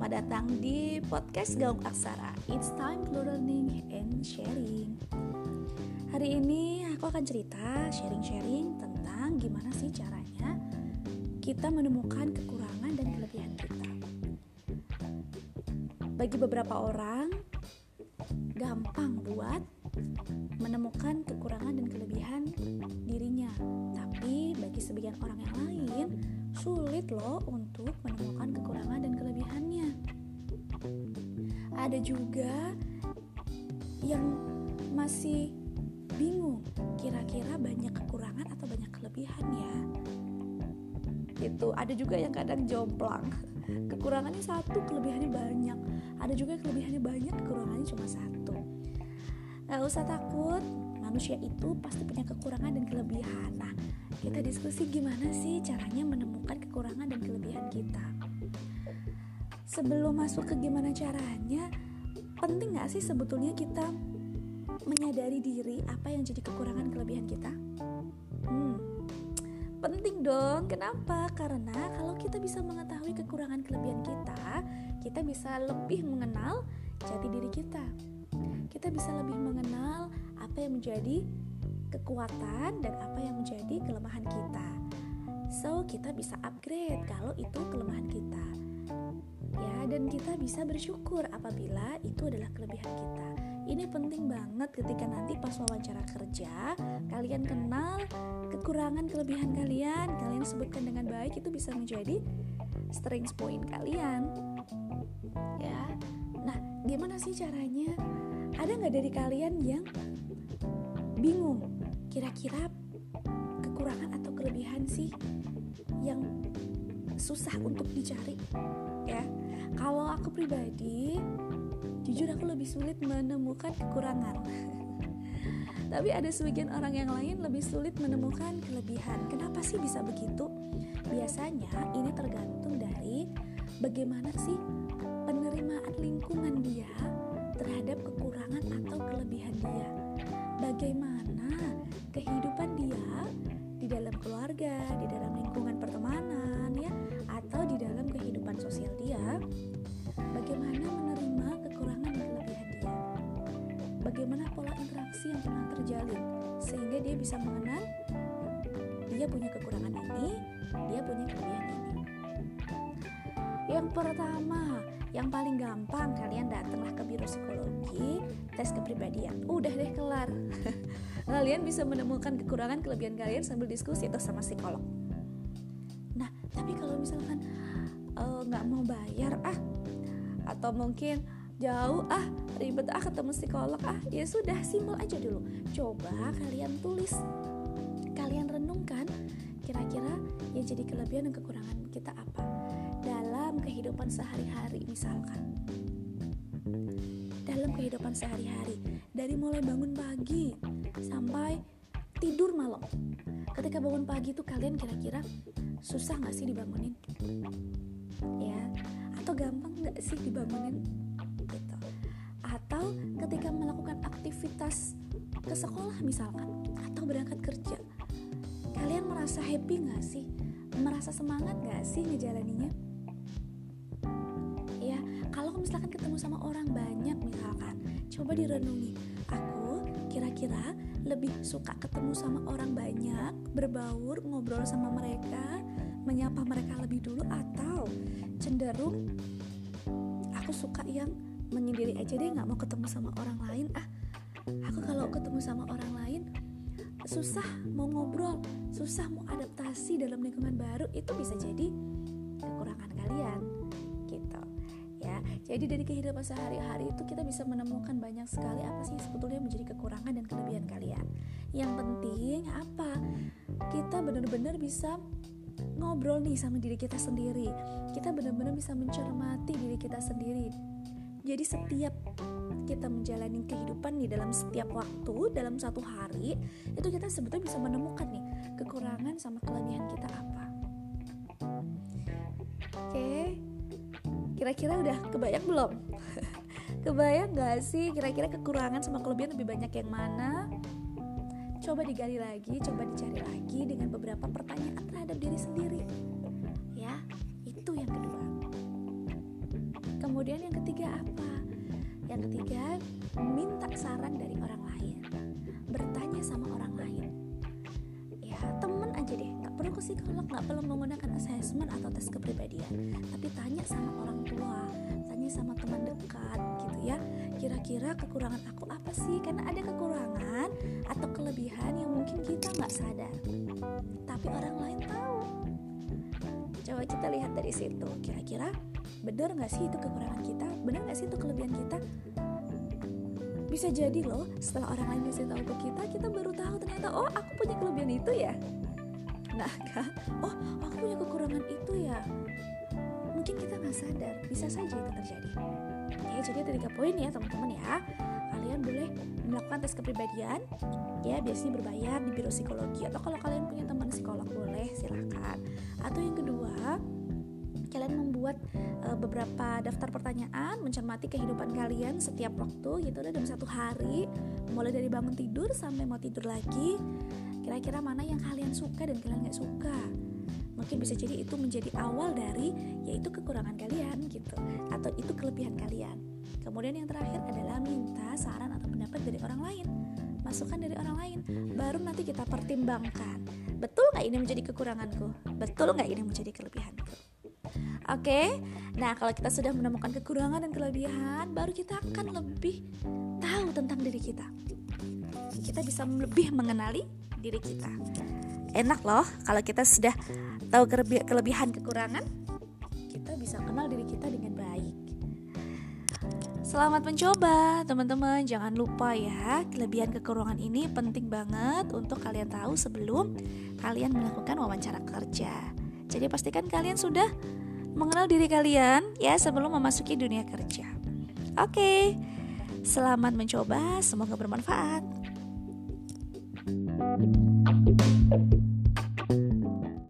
selamat datang di podcast Gaung Aksara. It's time to learning and sharing. Hari ini aku akan sharing tentang gimana sih caranya kita menemukan kekurangan dan kelebihan kita. Bagi beberapa orang, gampang buat menemukan kekurangan dan kelebihan dirinya. Tapi bagi sebagian orang yang lain, sulit loh untuk menemukan kekurangan dan kelebihannya. Ada juga yang masih bingung, kira-kira banyak kekurangan atau banyak kelebihan ya. Gitu. Ada juga yang kadang jomplang. Kekurangannya satu, kelebihannya banyak. Ada juga kelebihannya banyak, kekurangannya cuma satu. Gak usah takut, manusia itu pasti punya kekurangan dan kelebihan. Nah, kita diskusi gimana sih caranya menemukan kekurangan dan kelebihan kita. Sebelum masuk ke gimana caranya, penting gak sih sebetulnya kita menyadari diri apa yang jadi kekurangan kelebihan kita? Penting dong. Kenapa? Karena kalau kita bisa mengetahui kekurangan kelebihan kita bisa lebih mengenal jati diri kita. Kita bisa lebih mengenal apa yang menjadi kekuatan dan apa yang menjadi kelemahan kita. So, kita bisa upgrade kalau itu kelemahan kita. Ya, dan kita bisa bersyukur apabila itu adalah kelebihan kita. Ini penting banget ketika nanti pas wawancara kerja, kalian kenal kekurangan kelebihan kalian sebutkan dengan baik, itu bisa menjadi strength point kalian. Ya. Nah, gimana sih caranya? Ada nggak dari kalian yang bingung kira-kira kekurangan atau kelebihan sih yang susah untuk dicari? Ya, kalau aku pribadi, jujur aku lebih sulit menemukan kekurangan. Tapi ada sebagian orang yang lain lebih sulit menemukan kelebihan. Kenapa sih bisa begitu? Biasanya ini tergantung dari bagaimana sih penerimaan lingkungan dia terhadap kekurangan atau kelebihan dia. Bagaimana kehidupan dia di dalam keluarga, di dalam lingkungan pertemanan ya, atau di dalam kehidupan sosial dia. Bagaimana menerima kekurangan dan kelebihan dia. Bagaimana pola interaksi yang pernah terjalin sehingga dia bisa mengenal dia punya kekurangan ini, dia punya kelebihan ini. Yang pertama, yang paling gampang, kalian datanglah ke biro psikologi, tes kepribadian. Udah deh kelar. Kalian bisa menemukan kekurangan kelebihan kalian sambil diskusi atau sama psikolog. Nah, tapi kalau misalkan nggak mau bayar atau mungkin jauh ribet ketemu psikolog ya sudah, simpel aja dulu. Coba kalian tulis, kalian renungkan kira-kira yang jadi kelebihan dan kekurangan kita apa dalam kehidupan sehari-hari. Misalkan dalam kehidupan sehari-hari, dari mulai bangun pagi sampai tidur malam. Ketika bangun pagi itu kalian kira-kira susah gak sih dibangunin? Ya, atau gampang gak sih dibangunin? Gitu. Atau ketika melakukan aktivitas ke sekolah misalkan, atau berangkat kerja, kalian merasa happy gak sih? Merasa semangat gak sih ngejalaninya? Ya, kalau misalkan ketemu sama orang banyak misalkan, coba direnungi, aku kira-kira lebih suka ketemu sama orang banyak, berbaur, ngobrol sama mereka, menyapa mereka lebih dulu, atau cenderung aku suka yang menyendiri aja deh, gak mau ketemu sama orang lain. Aku kalau ketemu sama orang lain susah mau ngobrol, susah mau adaptasi dalam lingkungan baru. Itu bisa jadi kekurangan kalian gitu ya. Jadi dari kehidupan sehari-hari itu kita bisa menemukan banyak sekali apa sih sebetulnya menjadi kekurangan dan kelebihan kalian. Yang penting apa? Kita benar-benar bisa ngobrol nih sama diri kita sendiri. Kita benar-benar bisa mencermati diri kita sendiri. Jadi setiap kita menjalani kehidupan nih, dalam setiap waktu, dalam satu hari, itu kita sebetulnya bisa menemukan nih kekurangan sama kelebihan kita apa. Oke, kira-kira udah kebayang belum? Kebayang gak sih kira-kira kekurangan sama kelebihan lebih banyak yang mana? Coba digali lagi, coba dicari lagi dengan beberapa pertanyaan terhadap diri sendiri. Ya, itu yang kedua. Kemudian yang ketiga apa? Yang ketiga, minta saran dari orang lain. Bertanya sama orang lain. Ya, temen aja deh, gak perlu ke psikolog, gak perlu menggunakan assessment atau tes kepribadian. Tapi tanya sama orang tua, tanya sama teman dekat gitu ya. Kira-kira kekurangan aku apa sih? Karena ada kekurangan atau kelebihan yang mungkin kita gak sadar, tapi orang lain tahu. Coba kita lihat dari situ, kira-kira benar gak sih itu kekurangan kita? Benar gak sih itu kelebihan kita? Bisa jadi loh, setelah orang lain ngasih tahu ke kita baru tahu ternyata, oh aku punya kelebihan itu ya. Nah kan, oh aku punya kekurangan itu ya. Mungkin kita gak sadar, bisa saja itu terjadi. Oke, jadi ada 3 poin ya teman-teman ya. Kalian boleh melakukan tes kepribadian, ya biasanya berbayar di biro psikologi, atau kalau kalian punya teman psikolog boleh silakan. Atau yang kedua, kalian membuat beberapa daftar pertanyaan, mencermati kehidupan kalian setiap waktu gitu dalam satu hari, mulai dari bangun tidur sampai mau tidur lagi. Kira-kira mana yang kalian suka dan kalian gak suka. Mungkin bisa jadi itu menjadi awal dari yaitu kekurangan kalian gitu, atau itu kelebihan kalian. Kemudian yang terakhir adalah minta saran atau pendapat dari orang lain, masukan dari orang lain. Baru nanti kita pertimbangkan, betul gak ini menjadi kekuranganku? Betul gak ini menjadi kelebihanku? Oke, nah kalau kita sudah menemukan kekurangan dan kelebihan, baru kita akan lebih tahu tentang diri kita. Kita bisa lebih mengenali diri kita. Enak loh kalau kita sudah tahu kelebihan kekurangan, kita bisa kenal diri kita dengan baik. Selamat mencoba teman-teman. Jangan lupa ya, kelebihan kekurangan ini penting banget untuk kalian tahu sebelum kalian melakukan wawancara kerja. Jadi pastikan kalian sudah mengenal diri kalian ya sebelum memasuki dunia kerja. Oke, selamat mencoba, semoga bermanfaat.